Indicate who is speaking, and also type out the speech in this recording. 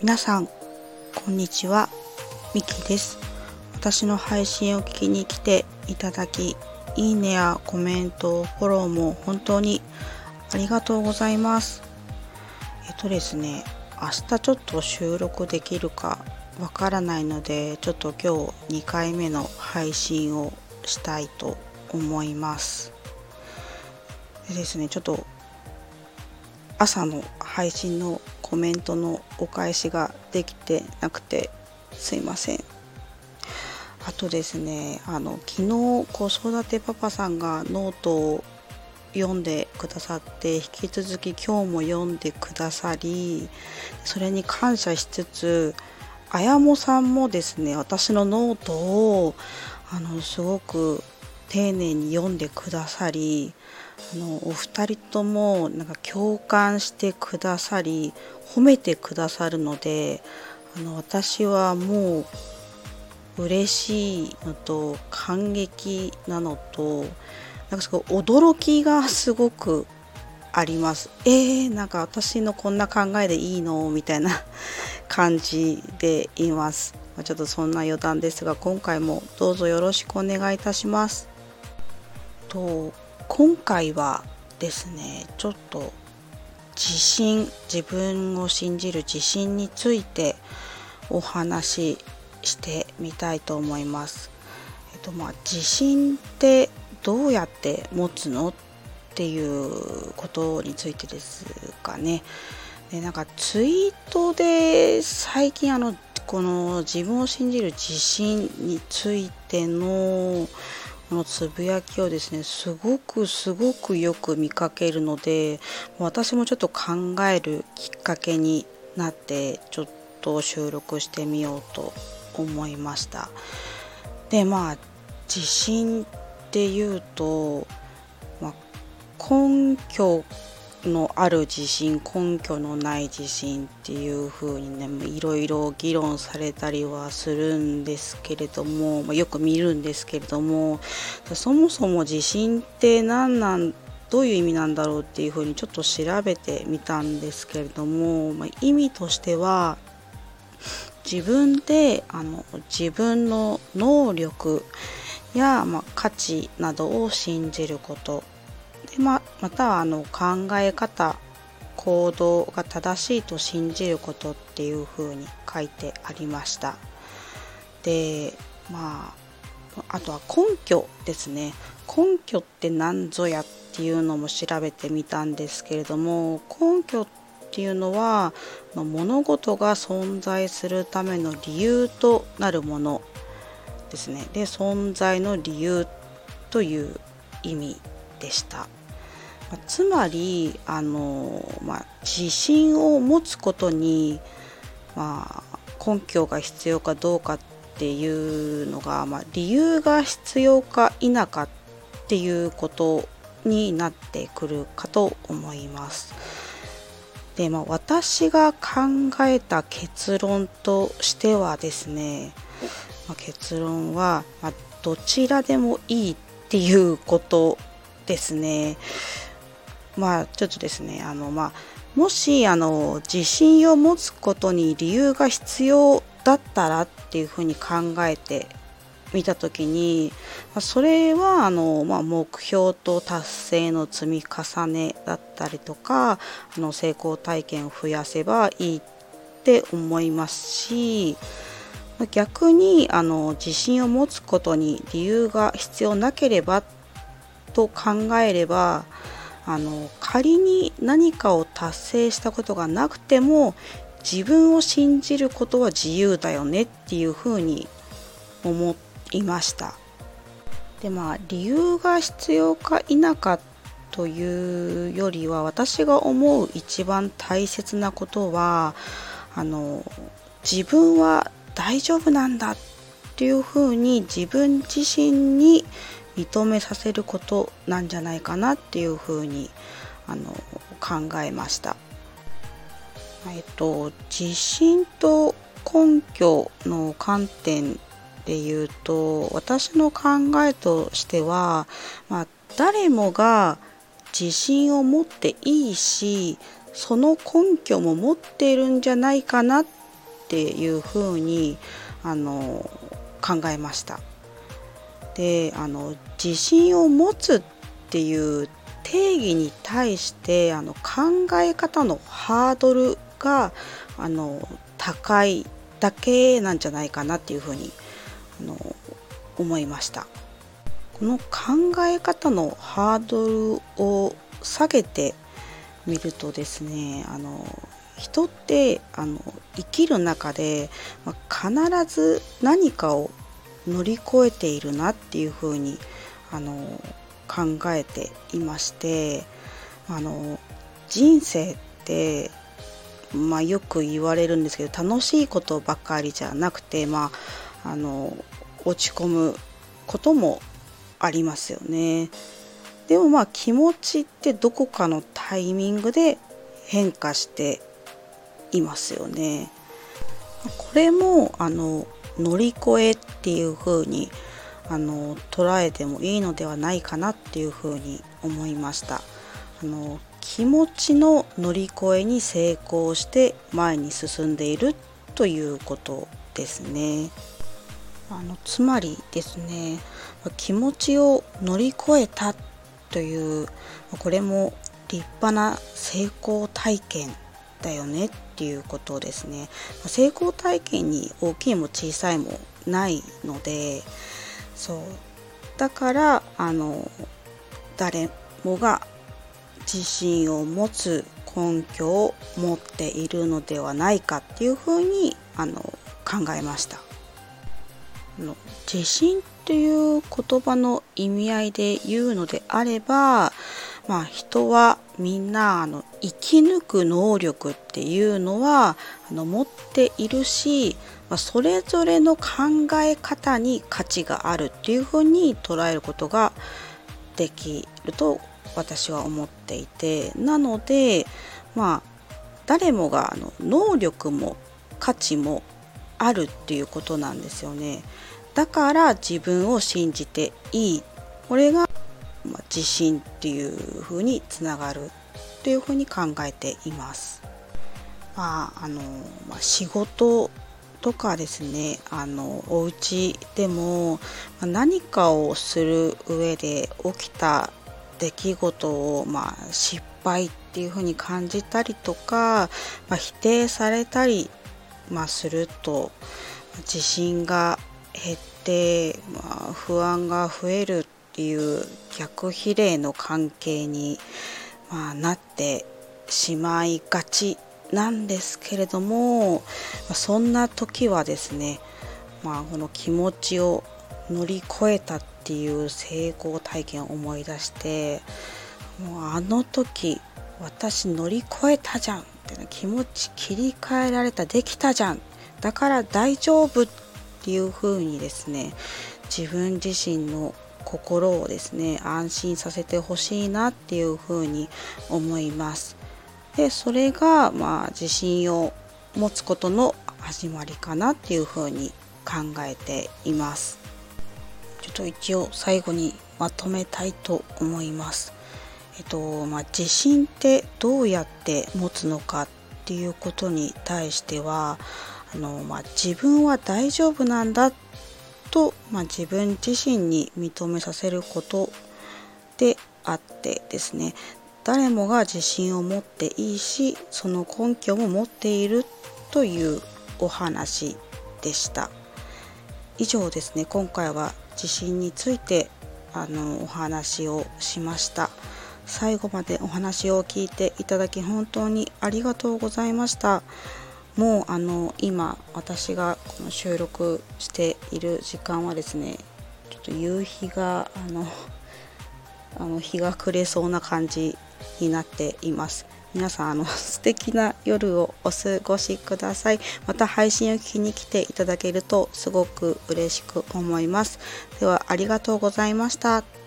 Speaker 1: 皆さんこんにちは、みきです。私の配信を聞きに来ていただき、いいねやコメント、フォローも本当にありがとうございます。ですね、明日ちょっと収録できるかわからないので、ちょっと今日2回目の配信をしたいと思います。でですね、ちょっと朝の配信のコメントのお返しができてなくてすいません。あとですね、昨日子育てパパさんがノートを読んでくださって、引き続き今日も読んでくださり、それに感謝しつつ、あやもさんもですね、私のノートをすごく丁寧に読んでくださり、お二人ともなんか共感してくださり、褒めてくださるので、私はもう嬉しいのと感激なのと、なんかすごい驚きがすごくあります。なんか私のこんな考えでいいのみたいな感じでいます。ちょっとそんな余談ですが、今回もどうぞよろしくお願いいたします。今回はですね、ちょっと自分を信じる自信についてお話ししてみたいと思います。自信ってどうやって持つのっていうことについてですかね。なんかツイートで最近この自分を信じる自信についてのつぶやきをですね、すごくよく見かけるので、私もちょっと考えるきっかけになって、ちょっと収録してみようと思いました。で、自信っていうと、根拠のある自信、根拠のない自信っていう風にね、いろいろ議論されたりはするんですけれども、よく見るんですけれども、そもそも自信ってどういう意味なんだろうっていう風にちょっと調べてみたんですけれども、意味としては、自分で自分の能力や、価値などを信じることで、または考え方、行動が正しいと信じることっていう風に書いてありました。で、あとは根拠ですね。根拠って何ぞやっていうのも調べてみたんですけれども、根拠っていうのは物事が存在するための理由となるものですね。で、存在の理由という意味でした。つまり自信を持つことに、根拠が必要かどうかっていうのが、理由が必要か否かっていうことになってくるかと思います。で、私が考えた結論としてはですね、結論は、どちらでもいいっていうことですね。ちょっとですね、もし自信を持つことに理由が必要だったらっていうふうに考えてみたときに、それは目標と達成の積み重ねだったりとか、成功体験を増やせばいいって思いますし、逆に自信を持つことに理由が必要なければと考えれば、仮に何かを達成したことがなくても自分を信じることは自由だよねっていうふうに思いました。で、理由が必要か否かというよりは、私が思う一番大切なことは自分は大丈夫なんだっていうふうに自分自身に認めさせることなんじゃないかなっていうふうに考えました。自信と根拠の観点で言うと、私の考えとしては、誰もが自信を持っていいし、その根拠も持っているんじゃないかなっっていうふうに考えました。で自信を持つっていう定義に対して考え方のハードルが高いだけなんじゃないかなっていうふうに思いました。この考え方のハードルを下げてみるとですね、人って生きる中で、必ず何かを乗り越えているなっていうふうに考えていまして、人生って、よく言われるんですけど、楽しいことばかりじゃなくて、落ち込むこともありますよね。でも気持ちってどこかのタイミングで変化していますよね。これも乗り越えっていう風に捉えてもいいのではないかなっていう風に思いました。気持ちの乗り越えに成功して前に進んでいるということですね。つまりですね、気持ちを乗り越えたという、これも立派な成功体験だよねっていうことですね。成功体験に大きいも小さいもないので、だから誰もが自信を持つ根拠を持っているのではないかっていうふうに考えました。自信っていう言葉の意味合いで言うのであれば、人はみんな生き抜く能力っていうのは持っているし、それぞれの考え方に価値があるっていうふうに捉えることができると私は思っていて、なので誰もが能力も価値もあるっていうことなんですよね。だから自分を信じていい、これが自信っていうふうにつながるというふうに考えています。仕事とかですね、お家でも何かをする上で起きた出来事を失敗っていうふうに感じたりとか、否定されたりすると自信が減って、不安が増えるっていう逆比例の関係に、なってしまいがちなんですけれども、そんな時はですね、この気持ちを乗り越えたっていう成功体験を思い出して、もうあの時私乗り越えたじゃんって気持ち切り替えられた、できたじゃん、だから大丈夫っていう風にですね、自分自身の心をですね安心させてほしいなっていう風に思います。でそれが自信を持つことの始まりかなっていう風に考えています。ちょっと一応最後にまとめたいと思います。自信ってどうやって持つのかっていうことに対しては自分は大丈夫なんだと、自分自身に認めさせることであってですね、誰もが自信を持っていいし、その根拠も持っているというお話でした。以上ですね、今回は自信についてお話をしました。最後までお話を聞いていただき本当にありがとうございました。もう今私がこの収録している時間はですね、ちょっと夕日が日が暮れそうな感じになっています。皆さん素敵な夜をお過ごしください。また配信を聞きに来ていただけるとすごく嬉しく思います。ではありがとうございました。